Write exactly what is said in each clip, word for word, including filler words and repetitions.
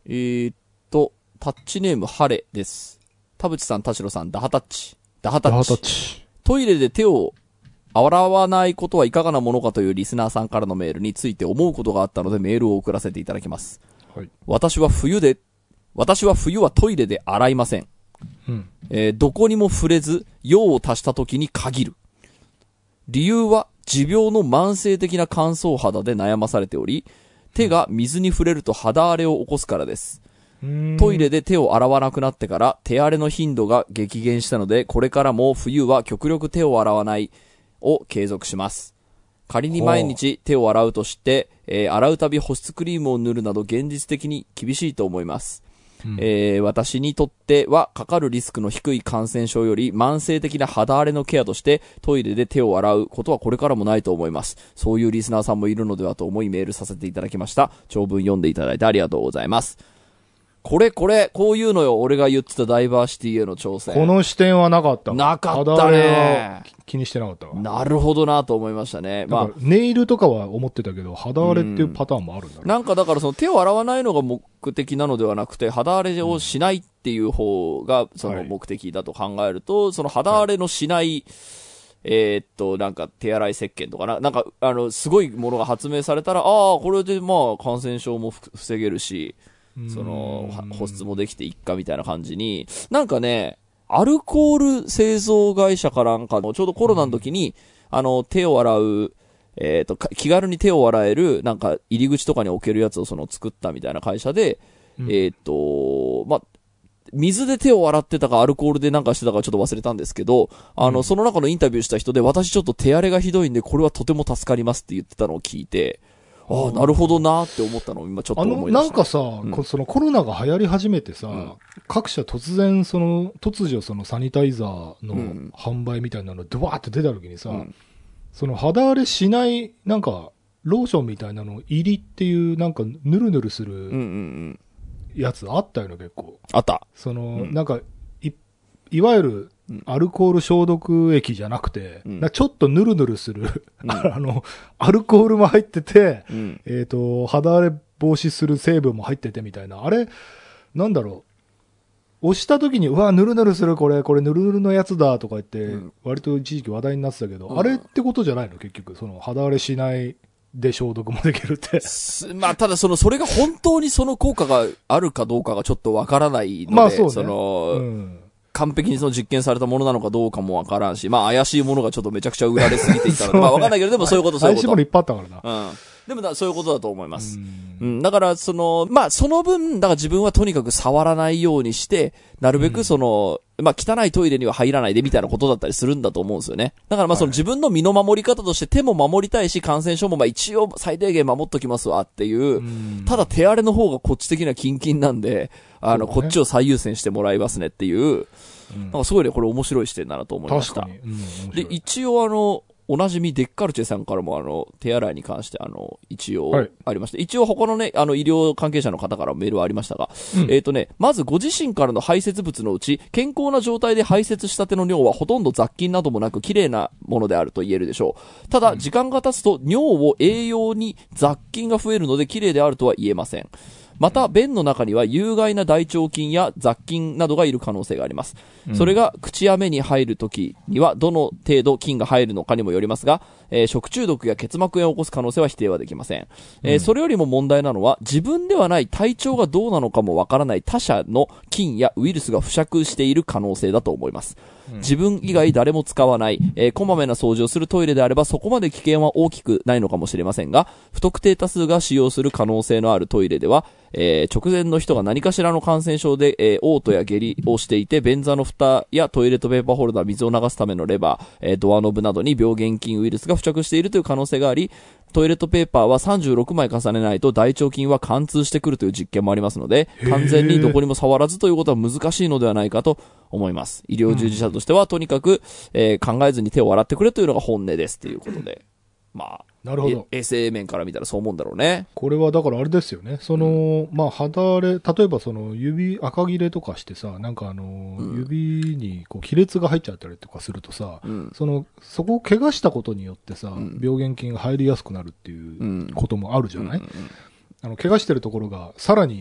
えーっと、タッチネームハレです。田淵さん、田代さん、ダハタッチ。ダハタッチ。ダハタッチ。トイレで手を洗わないことはいかがなものかというリスナーさんからのメールについて思うことがあったのでメールを送らせていただきます。はい。私は冬で、私は冬はトイレで洗いません。うん。えー、どこにも触れず、用を足した時に限る。理由は、持病の慢性的な乾燥肌で悩まされており、手が水に触れると肌荒れを起こすからです。トイレで手を洗わなくなってから手荒れの頻度が激減したので、これからも冬は極力手を洗わないを継続します。仮に毎日手を洗うとして、えー、洗うたび保湿クリームを塗るなど現実的に厳しいと思います。うんえー、私にとってはかかるリスクの低い感染症より慢性的な肌荒れのケアとしてトイレで手を洗うことはこれからもないと思います。そういうリスナーさんもいるのではと思いメールさせていただきました。長文読んでいただいてありがとうございます。これこれ、こういうのよ、俺が言ってたダイバーシティへの挑戦。 この視点はなかった。 なかったね。 気にしてなかったわ。 なるほどなと思いましたね。 まあ、ネイルとかは思ってたけど、肌荒れっていうパターンもあるんだろう。 なんかだからその手を洗わないのが目的なのではなくて、肌荒れをしないっていう方がその目的だと考えると、はい、その肌荒れのしない、はい、えー、っと、なんか手洗い石鹸とかな、なんかあの、すごいものが発明されたら、ああ、これでまあ感染症も防げるし、その、保湿もできていっかみたいな感じに、なんかね、アルコール製造会社かなんかの、ちょうどコロナの時に、あの、手を洗う、えっと、気軽に手を洗える、なんか入り口とかに置けるやつをその作ったみたいな会社で、うん、えっと、ま、水で手を洗ってたかアルコールでなんかしてたかちょっと忘れたんですけど、あの、うん、その中のインタビューした人で、私ちょっと手荒れがひどいんで、これはとても助かりますって言ってたのを聞いて、ああ、なるほどなって思ったのを今ちょっと思い出した。 あの、なんかさ、うん、そのコロナが流行り始めてさ、うん、各社突然その、突如そのサニタイザーの販売みたいなのドワーって出た時にさ、うん、その肌荒れしない、なんか、ローションみたいなの入りっていう、なんか、ぬるぬるするやつあったよね、結構。 あった。 その、うん、なんか、い、いわゆる、アルコール消毒液じゃなくて、うん、ちょっとヌルヌルする、うん、あの、アルコールも入ってて、うん、えっと、肌荒れ防止する成分も入っててみたいな。あれ、なんだろう。押した時に、うわ、ヌルヌルするこれ、これヌルヌルのやつだとか言って、うん、割と一時期話題になってたけど、うん、あれってことじゃないの結局、その肌荒れしないで消毒もできるって。 まあ、ただその、それが本当にその効果があるかどうかがちょっとわからないので、 まあそうね。 その、うん完璧にその実験されたものなのかどうかもわからんし、まあ怪しいものがちょっとめちゃくちゃ売られすぎていたら、ね、まあわかんないけど、でもそういうことそういうこと。 怪しいものいっぱいあったからな。うん。でもだ、そういうことだと思います。うん,、うん。だからその、まあその分、だから自分はとにかく触らないようにして、なるべくその、うん、まあ汚いトイレには入らないでみたいなことだったりするんだと思うんですよね。だからまあその自分の身の守り方として手も守りたいし、感染症もまあ一応最低限守っときますわっていう、うん、ただ手荒れの方がこっち的にはキンキンなんで、あの、ね、こっちを最優先してもらいますねっていう、うん、なんかすごいね、これ面白い視点だなと思いました。 確かに。うん、 で、一応あの、おなじみデッカルチェさんからもあの、手洗いに関してあの、一応ありました。はい、一応他のね、あの、医療関係者の方からメールはありましたが、うん、えっとね、まずご自身からの排泄物のうち、健康な状態で排泄したての尿はほとんど雑菌などもなく綺麗なものであると言えるでしょう。ただ、時間が経つと尿を栄養に雑菌が増えるので綺麗であるとは言えません。また、便の中には有害な大腸菌や雑菌などがいる可能性があります。うん、それが口や目に入るときにはどの程度菌が入るのかにもよりますが、えー、食中毒や結膜炎を起こす可能性は否定はできません。えー、それよりも問題なのは自分ではない体調がどうなのかもわからない他者の菌やウイルスが付着している可能性だと思います。自分以外誰も使わない、えー、こまめな掃除をするトイレであればそこまで危険は大きくないのかもしれませんが、不特定多数が使用する可能性のあるトイレでは、えー、直前の人が何かしらの感染症で、えー、嘔吐や下痢をしていて、便座の蓋やトイレットペーパーホルダー、水を流すためのレバー、えー、ドアノブなどに病原菌ウイルスが付着しているという可能性があり、トイレットペーパーはさんじゅうろくまい重ねないと大腸菌は貫通してくるという実験もありますので、完全にどこにも触らずということは難しいのではないかと思います。医療従事者としてはとにかく、えー、考えずに手を洗ってくれというのが本音ですということで。まあ、 なるほど。 衛生面から見たらそう思うんだろうね。 これはだからあれですよね。その、うん、まあ肌荒れ、例えばその指、赤切れとかしてさ、なんかあの、うん、指にこう亀裂が入っちゃったりとかするとさ、うん、その、そこを怪我したことによってさ、うん、病原菌が入りやすくなるっていうこともあるじゃない、うんうんうん、あの、怪我してるところがさらに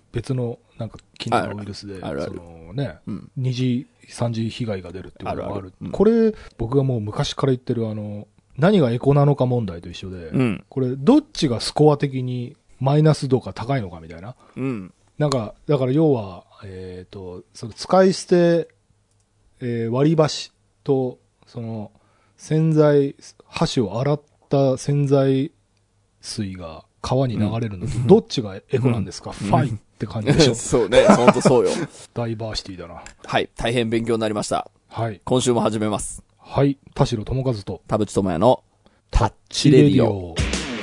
別のなんか菌とかウイルスで、 あるあるそのね、 うん、 二次、三次被害が出るっていうことがある。 あるあるうん、 これ、僕がもう昔から言ってるあの、何がエコなのか問題と一緒で、 うん、これ、どっちがスコア的にマイナス度が高いのかみたいな。 うん、 なんか、だから要は、えっ、ー、と、その使い捨て、えー、割り箸と、その、洗剤、箸を洗った洗剤水が川に流れるのと、うん、どっちがエコなんですか、うん、ファイって感じでしょ。 そうね、ほんとそうよ。 ダイバーシティだな。 はい、大変勉強になりました。 はい。 今週も始めます。 はい、田代智和と田淵智也のタッチレディオ。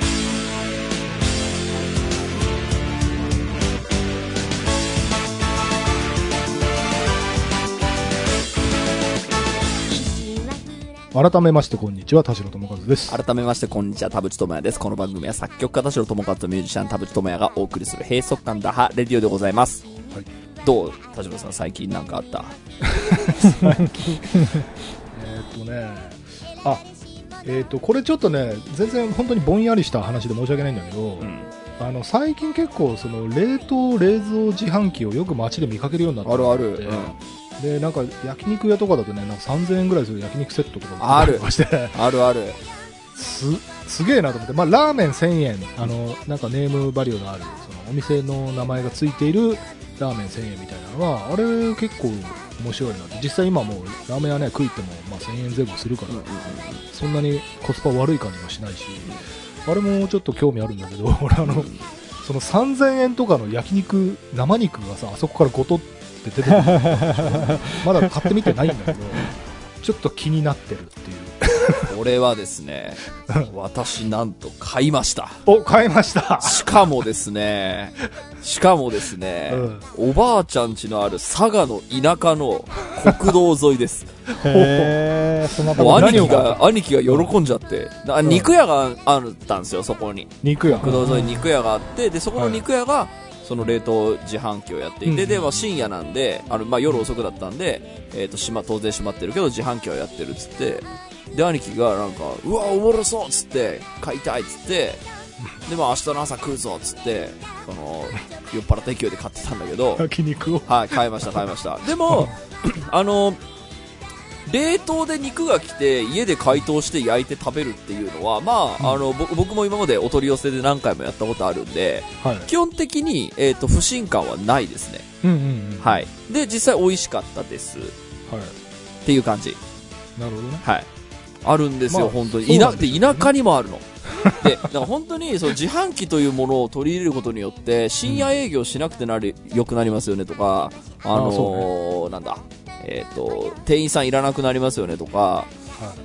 改めましてこんにちは、田代智和です。 改めましてこんにちは、田淵智也です。この番組は作曲家田代智和とミュージシャン田淵智也がお送りする閉塞感打破レディオでございます。はい。どう田代さん、最近なんかあった？ 最近えっとね、あ、えっとこれちょっとね、全然本当にぼんやりした話で申し訳ないんだけど、うん、あの最近結構その冷凍冷蔵自販機をよく街で見かけるようになって、 あるある。うん、 でなんか焼肉屋とかだとね、なんかさんぜんえんぐらいする焼肉セットとかあるあるあるすすげえなと思って、まあ、ラーメンせんえん、あのなんかネームバリューのあるそのお店の名前がついているラーメンせんえんみたいなのはあれ結構面白いなって。実際今もうラーメン屋ね食いってもまあせんえんぜん後するから、うんうんうん、そんなにコスパ悪い感じもしないし、あれもちょっと興味あるんだけど、俺あのそのさんぜんえんとかの焼肉生肉がさ、あそこからごとって出てくるまだ買ってみてないんだけどちょっと気になってるっていうこれはですね私なんと買いました。 お、買いました。 しかもですねしかもですね、うん、おばあちゃん家のある佐賀の田舎の国道沿いですへー、そんなとこ兄貴が兄貴が喜んじゃって、うん、肉屋があったんですよ、そこに。 肉屋、 国道沿いに肉屋があって、でそこの肉屋がその冷凍自販機をやっていて、うん、で、まあ、深夜なんで、あの、まあ、夜遅くだったんで、えっと、しま、当然閉まってるけど、自販機をやってるっつって、で、兄貴がなんか、うわ、おもろそうっつって、買いたいっつって、で、まあ、明日の朝食うぞっつって、その、酔っ払った勢いで買ってたんだけど、 焼肉をはい、買いました、買いました。でも、あの、冷凍で肉が来て家で解凍して焼いて食べるっていうのは、まあ、うん、あの僕も今までお取り寄せで何回もやったことあるんで、はい、基本的に、えーと、不信感はないですね、 うんうんうん、 はい。で実際美味しかったです、はい、っていう感じ。 なるほどね、 はい、あるんですよ、まあ、本当に田で田舎にもあるので、だから本当にその自販機というものを取り入れることによって深夜営業しなくてなり良くなりますよねとか、あのー、あ、ね、なんだえー、と店員さんいらなくなりますよねとか、はい、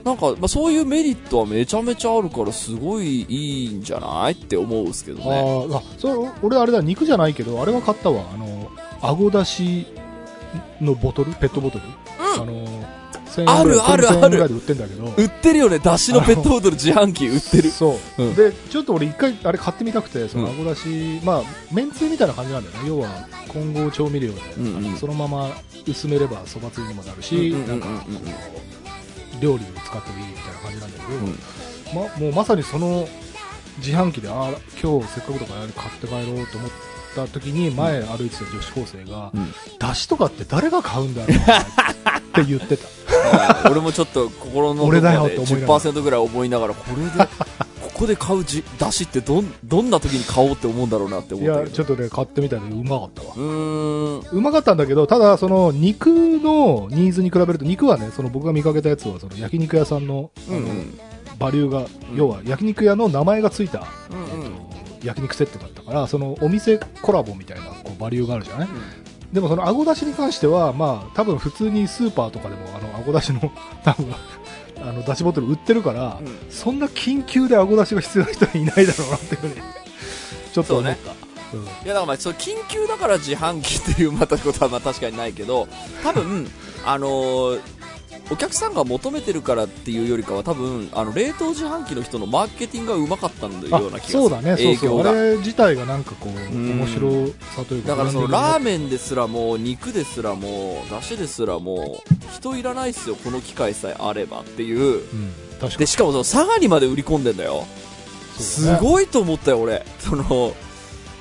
なんか、まあ、そういうメリットはめちゃめちゃあるからすごいいいんじゃないって思うんですけどね。 ああ、それ俺あれだ、肉じゃないけどあれは買ったわ、あのあごだしのボトル、ペットボトル、 うん、 あのあるあるある、 売ってんだけど、 売ってるよね、だしのペットボトル自販機売ってる。 そう、うん、でちょっと俺一回あれ買ってみたくて、そのあごだし、うん、まあめんつゆみたいな感じなんだよね。要は混合調味料で、うんうん、そのまま薄めればそばつゆにもなるし、なんか料理に使ってもいいみたいな感じなんだけど、うん、ま、もうまさにその自販機で、あ今日せっかくだから買って帰ろうと思った時に前歩いてた女子高生が、うん、だしとかって誰が買うんだろうって言ってた俺もちょっと心のどこかで じゅっパーセント ぐらい思いながら、これでここで買うじだしってどんどんな時に買おうって思うんだろうなって思って。 いやちょっとね買ってみたらうまかったわ。うーん、うまかったんだけど、ただその肉のニーズに比べると、肉はね、その僕が見かけたやつはその焼肉屋さんの、うんうん、あのバリューが、うん、要は焼肉屋の名前がついた、うんうん、えっと、焼肉セットだったから、そのお店コラボみたいなこうバリューがあるじゃない、うん、でもそのあごだしに関しては、まあ多分普通にスーパーとかでもあのあごだしの多分あのだしボトル売ってるから、うん、そんな緊急であごだしが必要な人はいないだろうなっていうふうにちょっと思った。うん、いやだからまあその緊急だから自販機っていうまたことはまあ確かにないけど、多分あのー、お客さんが求めてるからっていうよりかは、多分あの冷凍自販機の人のマーケティングがうまかったんだような気がする。 そうだね、そうそう、あれ自体がなんかこう面白さというか、 だからそのラーメンですらも肉ですらもだしですらも人いらないっすよ、この機械さえあればっていう、うん、確かに。でしかもその佐賀にまで売り込んでんだよ。すごいと思ったよ俺。その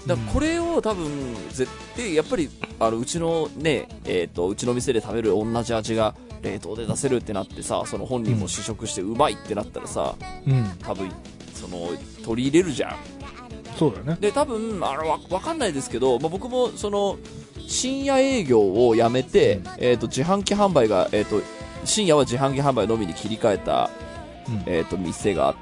だからこれを多分絶対やっぱりあのうちのねえっとうちの店で食べる同じ味が冷凍で出せるってなってさ、その本人も試食してうまいってなったらさ、うん、多分その取り入れるじゃん。 そうだよね。 で多分あのわわかんないですけど、まあ、僕もその深夜営業をやめて、うん、えっと自販機販売がえっと深夜は自販機販売のみに切り替えた、うん、えっと店があって、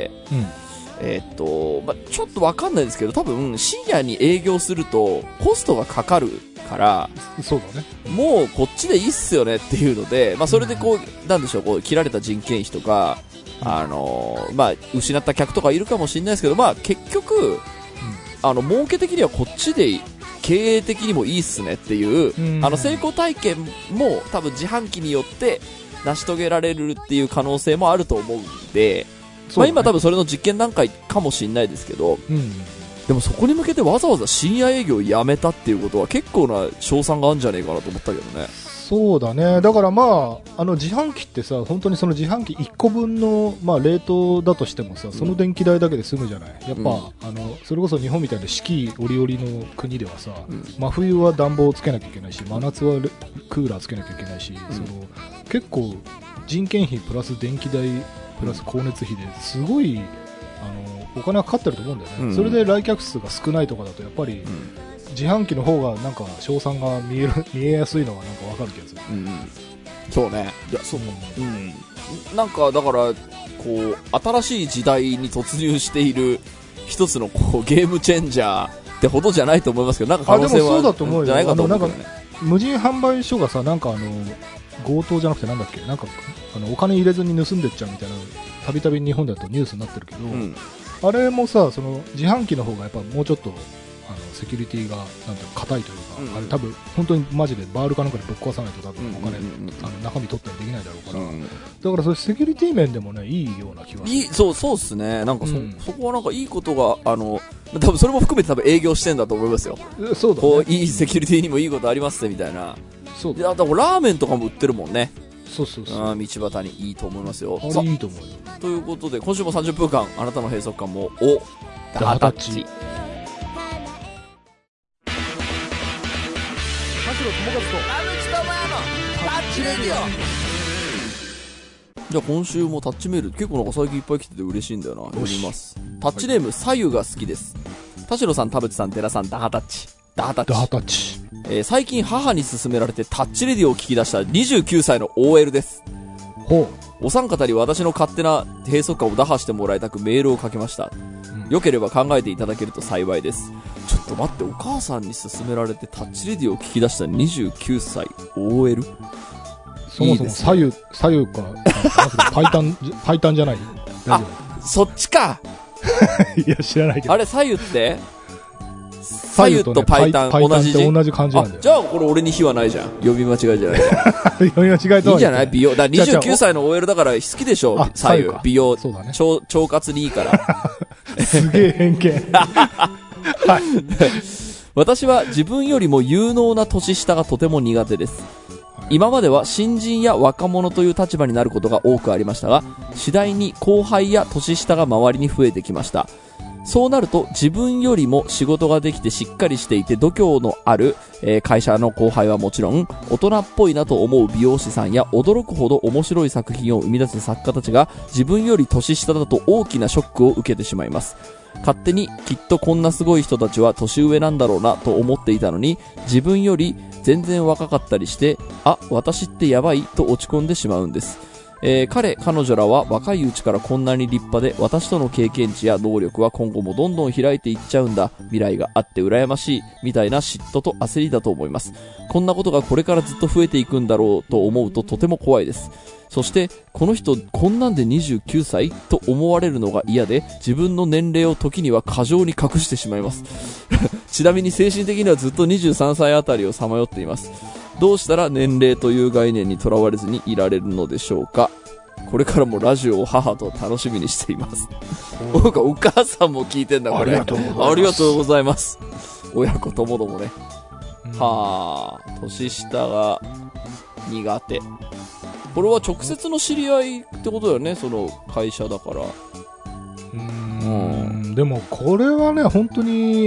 うん、えっとまあ、ちょっとわかんないですけど、多分深夜に営業するとコストがかかるから、 そうだね。 もうこっちでいいっすよねっていうので、まあ、それでこう、うん、なんでしょう、こう切られた人件費とか、うん、あのー、まあ、失った客とかいるかもしれないですけど、まあ、結局、うん、あの儲け的にはこっちで経営的にもいいっすねっていう、うん、あの成功体験も多分自販機によって成し遂げられるっていう可能性もあると思うんで、まあ、今多分それの実験段階かもしれないですけど、うん、でもそこに向けてわざわざ深夜営業をやめたっていうことは結構な勝算があるんじゃねえかなと思ったけどね。 そうだね。だからまあ、あの自販機ってさ、本当にその自販機いっこぶんの、まあ、冷凍だとしてもさ、その電気代だけで済むじゃない。やっぱ、うん、あのそれこそ日本みたいな四季折々の国ではさ、うん、真冬は暖房をつけなきゃいけないし、真夏はクーラーつけなきゃいけないし、うん、その結構人件費プラス電気代プラス光熱費ですごいあのお金がかかってると思うんだよね、うん、それで来客数が少ないとかだとやっぱり、うん、自販機の方がなんか勝算が見える見えやすいのはなんか分かる気がする、うんうん、 そうね。いやそう、うん、なんかだからこう新しい時代に突入している一つのこうゲームチェンジャーってほどじゃないと思いますけど、なんか可能性はじゃないかと思うけどね。 無人販売所がさ、なんかあの強盗じゃなくてなんだっけ、なんかあのお金入れずに盗んでっちゃうみたいなたびたび日本だとニュースになってるけど、うん、あれもさ、その自販機の方がやっぱもうちょっとあのセキュリティがなんていうの硬いというか、うん、あれ多分本当にマジでバールかなんかでぶっ壊さないと多分お金、うんうんうん、あの中身取ったりできないだろうから、うん、だからそれセキュリティ面でもねいいような気がする。いい、 そうそうっすね。なんか そ,、うん、そこはなんかいいことがあの多分それも含めて多分営業してんだと思いますよ。 そうだね。 こういいセキュリティにもいいことありますねみたいな。そうだ。だからラーメンとかも売ってるもんね。 そうそうそう。あ、 道端にいいと思いますよ。 あれいいと思うよ。 ということで今週もさんじゅっぷんかんあなたの閉塞感もおダハタッチ。田代友和と田口智也のタッチレディオ。じゃあ今週もタッチメール結構なんか最近いっぱい来てて嬉しいんだよな。読みます。タッチネーム左右が好きです。田代さん、田淵さん、寺さん、ダハタッチ。ダハタッチ。 ダハタッチ。 えー、最近母に勧められてタッチレディオを聞き出したにじゅうきゅうさいの オーエル です。 ほう。お三方に私の勝手な閉塞感を打破してもらいたくメールをかけました。うん、よければ考えていただけると幸いです。ちょっと待って、お母さんに勧められてタッチレディオを聞き出したにじゅうきゅうさい オーエル？ そもそも左右、左右か、パイタン、パイタンじゃない？ あ、そっちか。 いや、知らないけど。 あれ、左右って左右とパイタン、ね、同じ字。 同じ漢字なんだよ。 じゃあこれ俺に非はないじゃん。読み間違いじゃない。 読み間違いといいじゃない美容。だにじゅうきゅうさいの オーエル だから好きでしょ左右。美容。そうだね。腸、腸活にいいから。 すげえ偏見。はい。 私は自分よりも有能な年下がとても苦手です。今までは新人や若者という立場になることが多くありましたが、次第に後輩や年下が周りに増えてきました。そうなると自分よりも仕事ができてしっかりしていて度胸のある、えー、会社の後輩はもちろん、大人っぽいなと思う美容師さんや驚くほど面白い作品を生み出す作家たちが自分より年下だと大きなショックを受けてしまいます。勝手にきっとこんなすごい人たちは年上なんだろうなと思っていたのに、自分より全然若かったりして、あ、私ってやばいと落ち込んでしまうんです。えー、彼、彼女らは若いうちからこんなに立派で、私との経験値や能力は今後もどんどん開いていっちゃうんだ、未来があって羨ましい、みたいな嫉妬と焦りだと思います。こんなことがこれからずっと増えていくんだろうと思うととても怖いです。そしてこの人こんなんでにじゅうきゅうさいと思われるのが嫌で、自分の年齢を時には過剰に隠してしまいますちなみに精神的にはずっとにじゅうさんさいあたりをさまよっています。どうしたら年齢という概念にとらわれずにいられるのでしょうか。これからもラジオを母と楽しみにしていますなんかお母さんも聞いてんだこれ。ありがとうございます。ありがとうございます。親子ともどもね、うん、はあ、年下が苦手。これは直接の知り合いってことだよね、その会社だから。 うーん、うん、でもこれはね本当に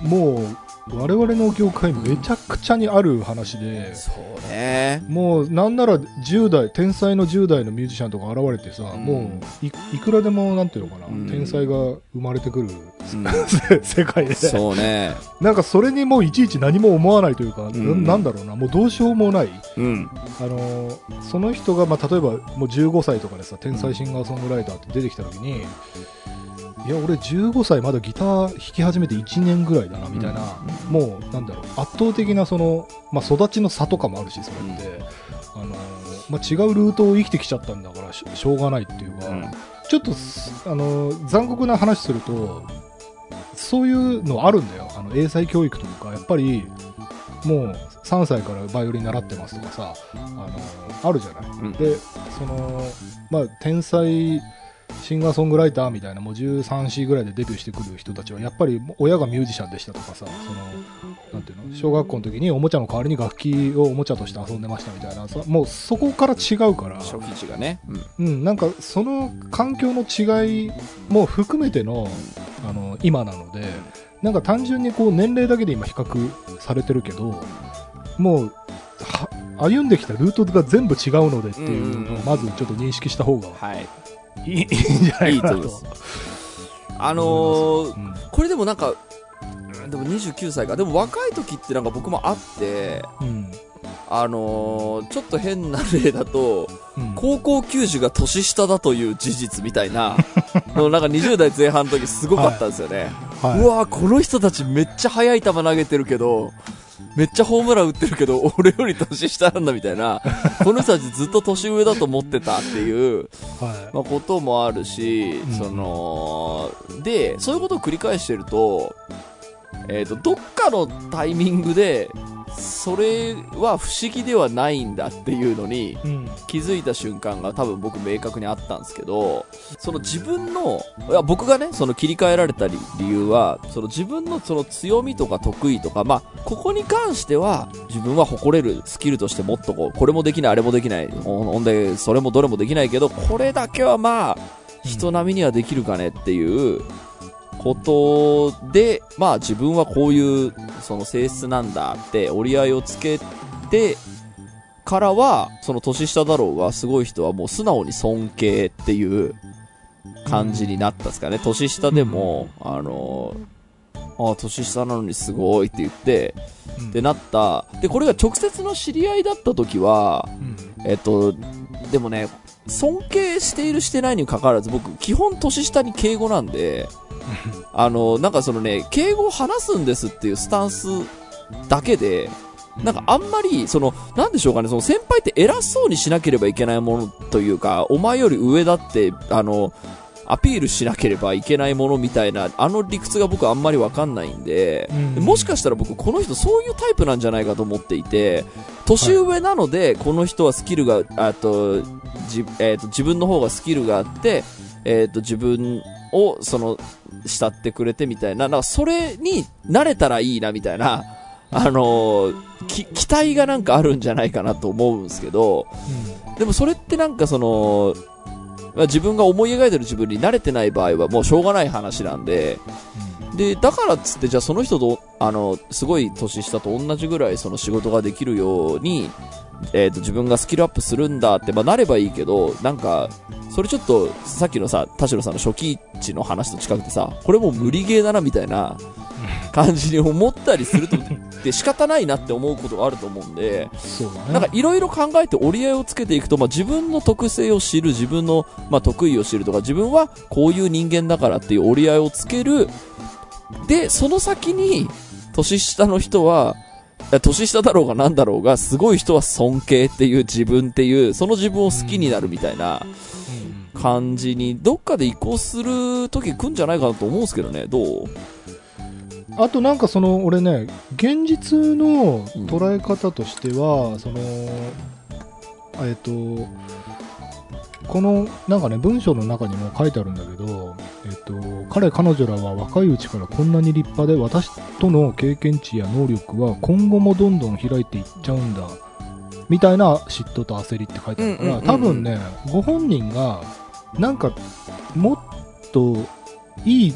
もう我々の業界めちゃくちゃにある話で、 そうね、 もうなんならじゅう代天才のじゅう代のミュージシャンとか現れてさ、うん、もう い, いくらでもなんていうのかな、うん、天才が生まれてくる、うん、世界で、そうね、なんかそれにもういちいち何も思わないというか、うん、な, なんだろうな、もうどうしようもない、うん、あのその人が、まあ、例えばもうじゅうごさいとかでさ天才シンガーソングライターって出てきた時に、いや俺じゅうごさいまだギター弾き始めていちねんぐらいだなみたいな、うん、もうなんだろう、圧倒的なその、まあ、育ちの差とかもあるし、それって、うん、あのまあ、違うルートを生きてきちゃったんだから し, しょうがないっていうか、うん、ちょっとあの残酷な話するとそういうのあるんだよ。あの英才教育とかやっぱりもうさんさいからバイオリン習ってますとかさ、あのあるじゃない、うん、でその、まあ、天才シンガーソングライターみたいなもうじゅうさん、よんぐらいでデビューしてくる人たちはやっぱり親がミュージシャンでしたとかさ、そのなんていうの、小学校の時におもちゃの代わりに楽器をおもちゃとして遊んでましたみたいな、もうそこから違うから、 初期値がね、 うん、うん、なんかその環境の違いも含めての、あの今なので、なんか単純にこう年齢だけで今比較されてるけど、もう歩んできたルートが全部違うのでっていうのをまずちょっと認識した方が、はいいい、いいんじゃないかなと。いいと思います。 あのーうん、これでもなんかでもにじゅうきゅうさいか、でも若い時ってなんか僕もあって、うん、あのー、ちょっと変な例だと、うん、高校球児が年下だという事実みたいななんかにじゅう代前半の時すごかったんですよね、はいはい、うわーこの人たちめっちゃ速い球投げてるけどめっちゃホームラン打ってるけど俺より年下なんだみたいなこの人たちずっと年上だと思ってたっていう、はい、まあ、こともあるし、うん、そのでそういうことを繰り返してると、えーと、どっかのタイミングでそれは不思議ではないんだっていうのに気づいた瞬間が多分僕明確にあったんですけど、その自分のいや僕がねその切り替えられた理由はその自分のその強みとか得意とか、まあここに関しては自分は誇れるスキルとしてもっとこうこれもできないあれもできないほんでそれもどれもできないけどこれだけはまあ人並みにはできるかねっていうことで、まあ自分はこういうその性質なんだって折り合いをつけてからは、その年下だろうがすごい人はもう素直に尊敬っていう感じになったんですかね。年下でも、あの、ああ年下なのにすごいって言って、ってなった。で、これが直接の知り合いだった時は、えっと、でもね、尊敬しているしてないに関わらず僕基本年下に敬語なんであのなんかそのね敬語を話すんですっていうスタンスだけでなんかあんまりそのなんでしょうかね、その先輩って偉そうにしなければいけないものというかお前より上だってあのアピールしなければいけないものみたいなあの理屈が僕あんまりわかんないんで、うん、もしかしたら僕この人そういうタイプなんじゃないかと思っていて、年上なのでこの人はスキルがあとじ、えー、と自分の方がスキルがあって、えー、と自分をその慕ってくれてみたいな、なんかそれに慣れたらいいなみたいな、あのー、き期待がなんかあるんじゃないかなと思うんですけど、うん、でもそれってなんかその自分が思い描いてる自分に慣れてない場合はもうしょうがない話なんで、うん、でだからっつってじゃあその人とあのすごい年下と同じぐらいその仕事ができるように、えー、と自分がスキルアップするんだって、まあ、なればいいけどなんかそれちょっとさっきのさ田代さんの初期値の話と近くてさこれもう無理ゲーだなみたいな感じに思ったりするとで仕方ないなって思うことがあると思うんで、そうだね、なんかいろいろ考えて折り合いをつけていくと、まあ、自分の特性を知る自分の、まあ、得意を知るとか自分はこういう人間だからっていう折り合いをつける。でその先に年下の人は年下だろうがなんだろうがすごい人は尊敬っていう自分っていうその自分を好きになるみたいな感じにどっかで移行する時来んじゃないかなと思うんですけどね。どう？ あとなんかその俺ね現実の捉え方としては、うん、そのえっとこのなんかね文章の中にも書いてあるんだけど、えっと彼彼女らは若いうちからこんなに立派で私との経験値や能力は今後もどんどん開いていっちゃうんだみたいな嫉妬と焦りって書いてあるから、うんうんうんうん、多分ねご本人がなんかもっといい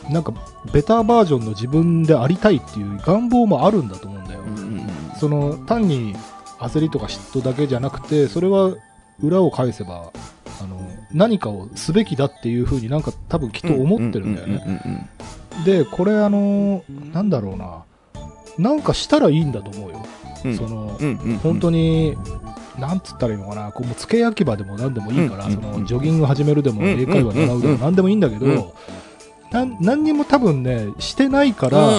なんかベターバージョンの自分でありたいっていう願望もあるんだと思うんだよ、うんうんうん、その単に焦りとか嫉妬だけじゃなくて、それは裏を返せばあの何かをすべきだっていう風になんか多分きっと思ってるんだよね。でこれあのなんだろうな、なんかしたらいいんだと思うよ、うん、その、うんうんうん、本当になんつったらいいのかな、こうもう付け焼き場でも何でもいいから、うんうんうん、そのジョギング始めるでも、うんうんうん、英会話習うでも何でもいいんだけど、うん、な何にも多分ねしてないから、うん、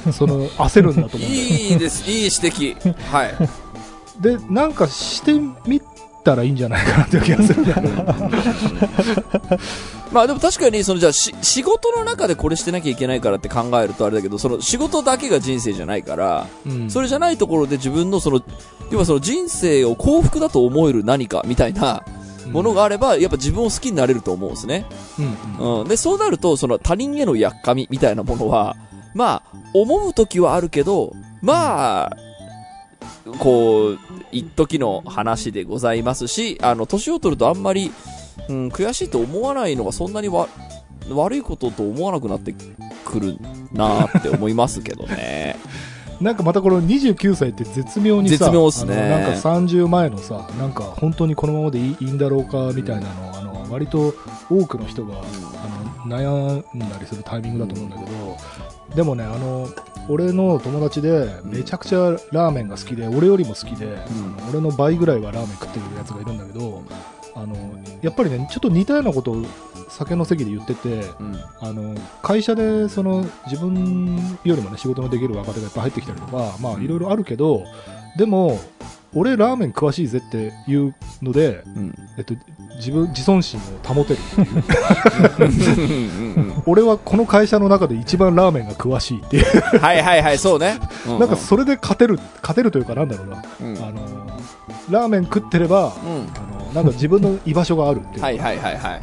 その焦るんだと思うんだよ。 いいです、いい指摘。はい。 でなんかしてみたらいいんじゃないかなっていう気がするんだよな。 まあでも確かにそのじゃあし仕事の中でこれしてなきゃいけないからって考えるとあれだけど、その仕事だけが人生じゃないから、うん、それじゃないところで自分のその要はその人生を幸福だと思える何かみたいなものがあれば、やっぱ自分を好きになれると思うんですね。うんうんうん、でそうなるとその他人へのやっかみみたいなものはまあ思う時はあるけど、まあこう一時の話でございますし、あの年を取るとあんまり、うん、悔しいと思わないのがそんなにわ悪いことと思わなくなってくるなって思いますけどね。 なんかまたこのにじゅうきゅうさいって絶妙にさ、 絶妙っすね、 あのなんかさんじゅうまえのさ、なんか本当にこのままでいい、いいんだろうかみたいなの、あの割と多くの人が、うん、あの悩んだりするタイミングだと思うんだけど、うん、でもね、あの俺の友達でめちゃくちゃラーメンが好きで、俺よりも好きで、うん、俺の倍ぐらいはラーメン食ってるやつがいるんだけど、あのやっぱりねちょっと似たようなことを酒の席で言ってて、うん、あの会社でその自分よりもね仕事のできる若手がいっぱい入ってきたりとか、まあいろいろあるけど、でも俺ラーメン詳しいぜっていうので、うん、えっと、自分自尊心を保てるっていう俺はこの会社の中で一番ラーメンが詳しいっていうはいはいはい、そうね、 うんうん、なんかそれで勝てる勝てるというか、なんだろうな、うん、あのラーメン食ってれば、うん、あのなんか自分の居場所があるっていうはいはいはいはい、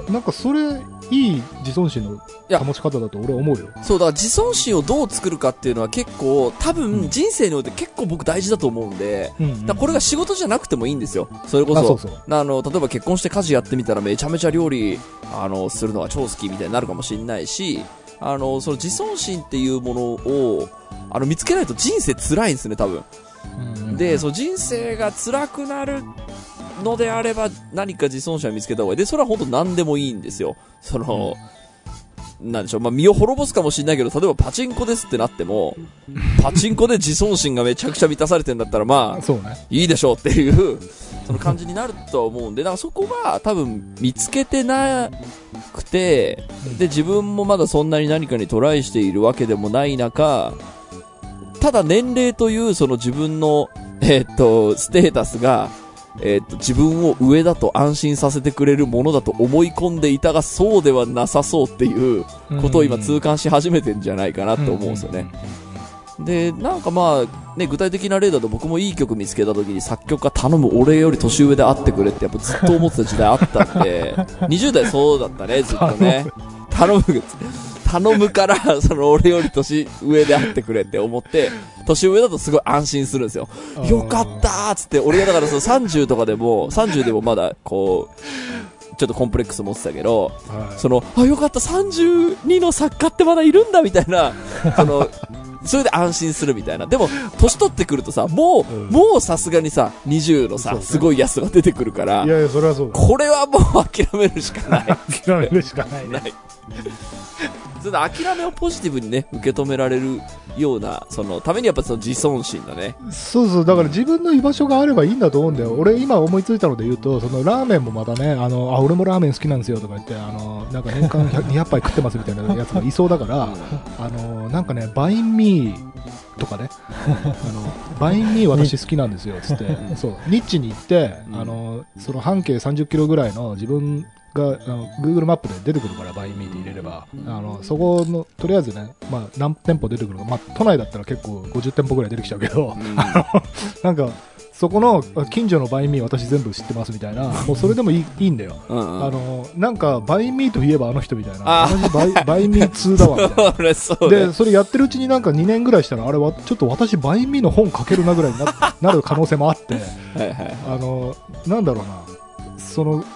なんかそれいい自尊心の保ち方だと俺は思うよ。 そうだから自尊心をどう作るかっていうのは結構多分人生において結構僕大事だと思うんで、うんうん、だからこれが仕事じゃなくてもいいんですよ。それこそ、あ、そうそう、あの例えば結婚して家事やってみたらめちゃめちゃ料理あのするのが超好きみたいになるかもしれないし、あのその自尊心っていうものをあの見つけないと人生辛いんですね多分、うんうん、でその人生が辛くなるのであれば何か自尊心を見つけた方がいい。でそれは本当何でもいいんですよ。その、うん、なんでしょう、まあ、身を滅ぼすかもしれないけど、例えばパチンコですってなってもパチンコで自尊心がめちゃくちゃ満たされてるんだったらまあそう、ね、いいでしょうっていうその感じになるとは思うんで、だからそこが多分見つけてなくて、で自分もまだそんなに何かにトライしているわけでもない中、ただ年齢というその自分の、えー、っとステータスがえー、っと自分を上だと安心させてくれるものだと思い込んでいたが、そうではなさそうっていうことを今痛感し始めてんじゃないかなと思うんですよね。でなんかまあね、具体的な例だと僕もいい曲見つけた時に作曲家頼む、俺より年上であってくれってやっぱずっと思ってた時代あったんでにじゅう代そうだったね、ずっとね頼む頼むからその俺より年上であってくれって思って、年上だとすごい安心するんですよ。よかったーっつって、俺がだからそのさんじゅうとかでもさんじゅうでもまだこうちょっとコンプレックス持ってたけど、はい、そのあよかったさんじゅうにの作家ってまだいるんだみたいなそのそれで安心するみたいな。でも年取ってくるとさ、もう、うん、もうさすがにさにじゅうのさ、ね、すごいやつが出てくるから、 いやいやそれはそうだ、 これはもう諦めるしかない諦めるしかないねないそれで諦めをポジティブにね受け止められるようなそのためにやっぱその自尊心だね。 そうそう、だから自分の居場所があればいいんだと思うんだよ。俺今思いついたので言うと、そのラーメンもまたね、あのあ俺もラーメン好きなんですよとか言って、あのなんか年間にひゃっぱい食ってますみたいなやつがいそうだからあのなんかねバインミーとかねあのバインミー私好きなんですよつってそうニッチに行って、あのその半径さんじゅっキロぐらいの自分があの Google マップで出てくるから、バインミーって入れれば、あのそこのとりあえずね、まあ、何店舗出てくるか、まあ、都内だったら結構ごじゅってんぽぐらい出てきちゃうけど、うん、なんかそこの近所のバインミー私全部知ってますみたいな、もうそれでもいい、いいんだよ、うんうん、あのなんかバインミーといえばあの人みたいな、私バイバインミーツーだわみたいなそれでそれやってるうちになんかにねんぐらいしたら、あれはちょっと私バインミーの本書けるなぐらいに な, なる可能性もあってはい、はい、あのなんだろうな、その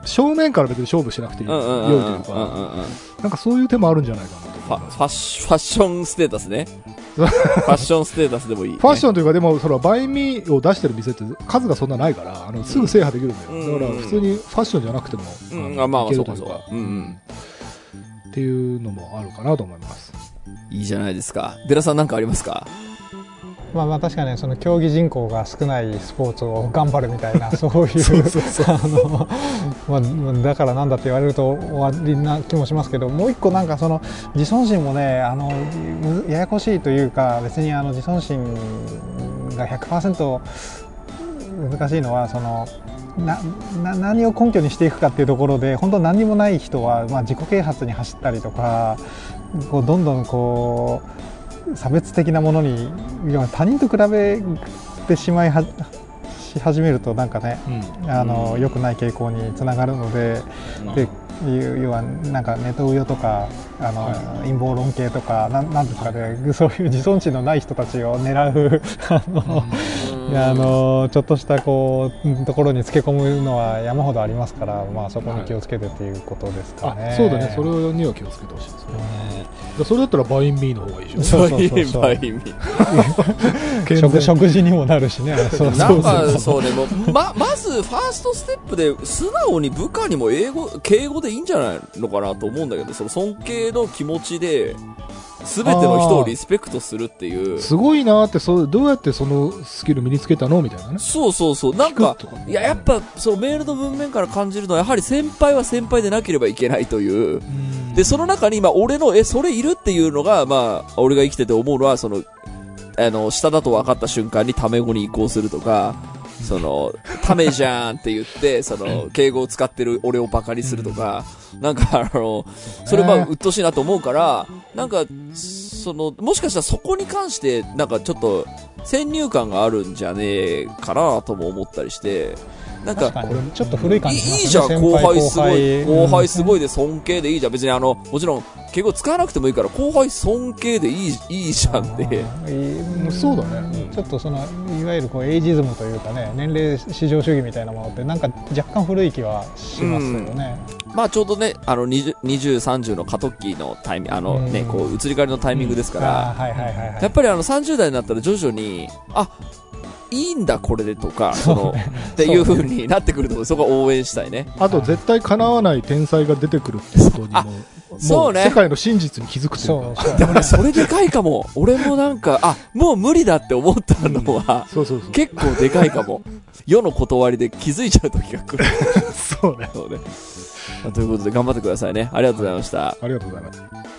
正面から別に勝負しなくていい、良いというか、なんかそういう手もあるんじゃないかなとファ。ファッシファッションステータスね。ファッションステータスでもいい、ね。 ファッションというか、でも、それはバインミーを出してる店って数がそんなないから、あのすぐ制覇できるんだよ。うん、だから普通にファッションじゃなくても、 うん、あまあ、そうかそうか。うんうん。 っていうのもあるかなと思います。 いいじゃないですか。デラさんなんかありますか？ まあ、まあ確かにその競技人口が少ないスポーツを頑張るみたいなそういうあの、まあ、だからなんだって言われると終わりな気もしますけど、もう一個なんかその自尊心もね、あのややこしいというか、別にあの自尊心が ひゃくパーセント 難しいのは、そのなな何を根拠にしていくかっていうところで、本当何にもない人は、まあ、自己啓発に走ったりとか、こうどんどんこう差別的なものに他人と比べてしまいはし始めるとなんかね、うん、あの良くない傾向につながるので、うん、で要はなんかネトウヨとかあの、はい、陰謀論系とかななんですかね、そういう自尊心のない人たちを狙うあの、うん、あのちょっとしたこうところにつけ込むのは山ほどありますから、まあ、そこに気をつけてということですかね。 あ、そうだね、それには気をつけてほしいですね。それだったらバインミーの方がいいでしょ。 そうそうそうそうバインミー食, 食事にもなるしね。 そうなんかそうね、もう ま, まずファーストステップで素直に部下にも英語敬語でいいんじゃないのかなと思うんだけど、その尊敬の気持ちで全ての人をリスペクトするっていう。 すごいなーって、そうどうやってそのスキル身につけたのみたいなね。 そうそうそう、なんかいややっぱそのメールの文面から感じるのは、やはり先輩は先輩でなければいけないという。でその中に今俺のえそれいるっていうのが、まあ俺が生きてて思うのは、そのあの下だと分かった瞬間にタメ語に移行するとか、そのタメじゃんって言ってその敬語を使ってる俺をバカにするとか、なんかあのそれまあ鬱陶しいなと思うから、なんかそのもしかしたらそこに関してなんかちょっと先入観があるんじゃねえかなとも思ったりして、なんかちょっと古い感じしますね。 いいじゃん、後輩すごい後輩すごいで尊敬でいいじゃん。別にあのもちろん敬語使わなくてもいいから後輩尊敬でいいいいじゃんで、 そうだね。 ちょっとそのいわゆるこうエイジズムというかね、年齢至上主義みたいなものってなんか若干古い気はしますよね。 まあちょうどね、あのにじゅう、さんじゅうの過渡期のタイミング、あのね、こう移り変わりのタイミングですから、やっぱりあのさんじゅう代になったら徐々にあいいんだこれでとか、そのっていう風になってくると、そこは応援したいね。 あと絶対叶わない天才が出てくるってことにも、 そうね、 世界の真実に気づくというか。 でもね、それでかいかも。俺もなんかあもう無理だって思ったのは、うん、そうそうそう結構でかいかも。世の断りで気づいちゃう時が来る。 そうね。 そうね。ということで頑張ってくださいね。ありがとうございました。はい、 ありがとうございます。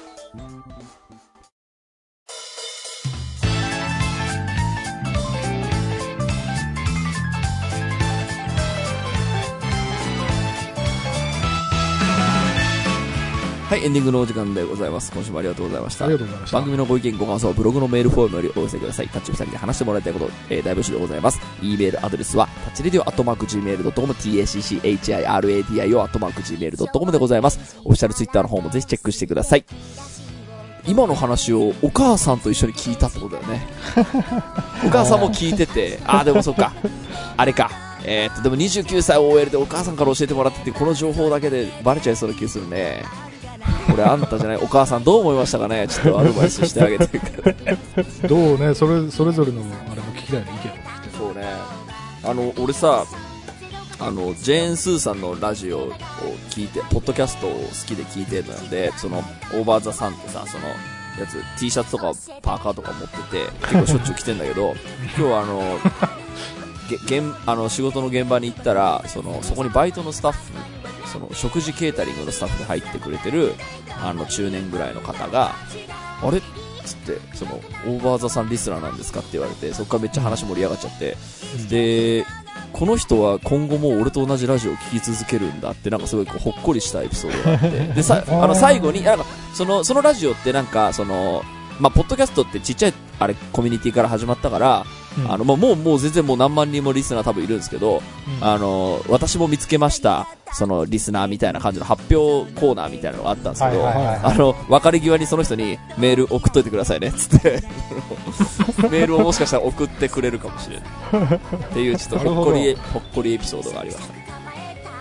はい、エンディングのお時間でございます。今週もありがとうございました。 ありがとうございました。 番組のご意見ご感想はブログのメールフォームよりお寄せください。タッチふたりで話してもらいたいこと、えー、大募集でございます。E メールアドレスはタッチレディオアットマーク ジーメールドットコム タッチレディオアットマーク ジーメールドットコム でございます。オフィシャルツイッターの方もぜひチェックしてください。今の話をお母さんと一緒に聞いたってことだよね。お母さんも聞いてて、あーでもそっか、あれか。えー、っとでもにじゅうきゅうさい オーエル でお母さんから教えてもらってて、この情報だけでバレちゃいそうな気がするね。これあんたじゃないお母さんどう思いましたかね。ちょっとアドバイスしてあげてるからね。 どうね、それそれぞれのあれも聞きたいの意見を聞きたい。 そうね、あの俺さ、あのジェーン・スーさんのラジオを聞いて、ポッドキャストを好きで聞いてるので、そのオーバーザさんってさ、そのやつ T シャツとかパーカーとか持ってて結構しょっちゅう着てんだけど、今日はあのげ現あの仕事の現場に行ったら、そのそこにバイトのスタッフ、その食事ケータリングのスタッフで入ってくれてるあの中年ぐらいの方が、あれっつって、そのオーバーザさんリスナーなんですかって言われて、そこからめっちゃ話盛り上がっちゃって、うん、でこの人は今後も俺と同じラジオを聴き続けるんだって、なんかすごいこうほっこりしたエピソードがあって、でさあの最後になんかそのそのラジオってなんかそのまあポッドキャストってちっちゃいあれコミュニティから始まったから、うん、あのもうもうもう全然もう何万人もリスナー多分いるんですけど、うん、あの私も見つけましたそのリスナーみたいな感じの発表コーナーみたいなのがあったんですけど、あの別れ際にその人にメール送っといてくださいねっつってメールをもしかしたら送ってくれるかもしれないっていうちょっとほっこりほっこりエピソードがありました。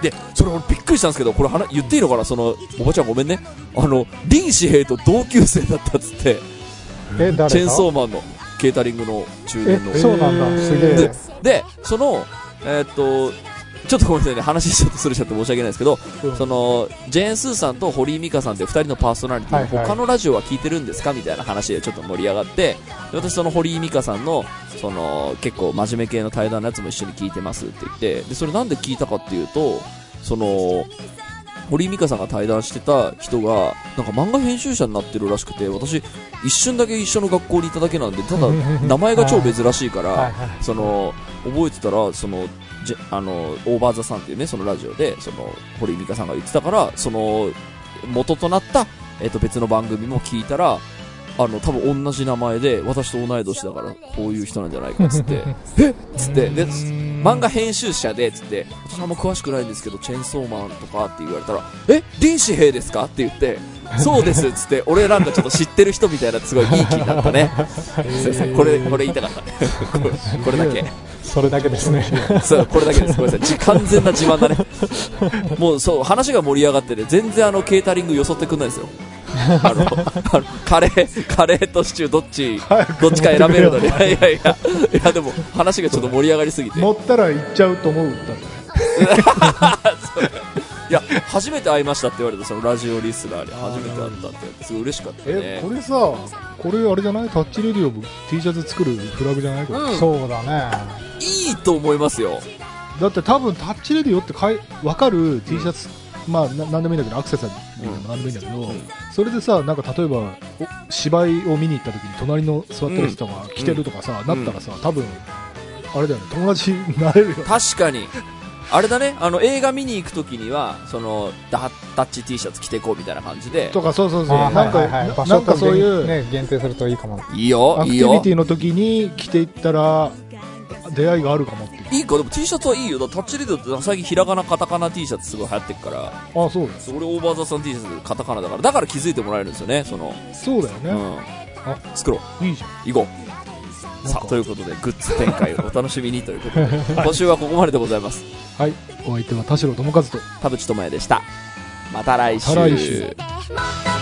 で、それ俺びっくりしたんですけど、これ話言っていいのかな、その、おばちゃんごめんね。あの、林志平と同級生だったっつって、 え、誰チェーンソーマンのケータリングの中年の。 え、そうなんだ、すげえ。 で、でその、えー、っと、ちょっとごめんなさいね、話ちょっとすれちゃって申し訳ないですけど、うん、その、ジェーン・スーさんと堀井美香さんってふたりのパーソナリティ、はいはい、他のラジオは聞いてるんですかみたいな話でちょっと盛り上がって、私その堀井美香さんの、その、結構真面目系の対談のやつも一緒に聞いてますって言って、で、それなんで聞いたかっていうと、その、堀井美香さんが対談してた人がなんか漫画編集者になってるらしくて、私一瞬だけ一緒の学校にいただけなんで、ただ名前が超珍しいからその覚えてたら、そのじあのオーバーザさんっていうね、そのラジオでその堀井美香さんが言ってたから、その元となった、えっと、別の番組も聞いたら、あの多分同じ名前で私と同い年だからこういう人なんじゃないかっつってえっつって、で漫画編集者でっつって、私あんま詳しくないんですけどチェーンソーマンとかって言われたら、え林志平ですかって言って、そうですっつって、俺なんかちょっと知ってる人みたいな、すごいいい気になったね。これこれ言いたかったこれ、これだけそれだけですね。 そうこれだけです。ごめんなさい、完全な自慢だね。もうそう話が盛り上がってて、全然あのケータリングよそってくんないですよ。あのあのカレーカレーとシチューどっちどっちか選べるのに、いやいやいやいや、でも話がちょっと盛り上がりすぎて、 乗ったら行っちゃうと思うだね。 いや初めて会いましたって言われた、そのラジオリスナーに初めて会ったって言ってすごい嬉しかったね。 えこれさ、これあれじゃない、タッチレディオ T シャツ作るフラグじゃないこれ、 うん、そうだね、 いいと思いますよ。 だって多分タッチレディオってかい分かる T シャツ、うん、まあな何でもいいんだけど、アクセサリーでも何でもいいんだけど、うん、それでさ、なんか例えば芝居を見に行った時に隣の座ってる人が着てるとかさ、うん、なったらさ、多分あれだよね、友達になれるよね。 確かにあれだね、あの映画見に行くときにはそのタッチ T シャツ着ていこうみたいな感じでとか、そうそうそう、なんか、はいはいはい、なんかそういう、 ね、限定するといいかも。 いいよ、 いいよ。アクティビティの時に着ていったら出会いがあるかもっていう。 いいか、でも T シャツはいいよ。だタッチレディオって最近ひらがなカタカナ T シャツすごい流行ってるから。 あ、そうです。 俺オーバーザさん T シャツカタカナだから、だから気づいてもらえるんですよね。そのそうだよね、うん、 あ作ろう、いいじゃん、行こう。さあということでグッズ展開をお楽しみにということで今週はここまででございます。 はい、お相手は田代智和と田淵智也でした。また来週。 また来週。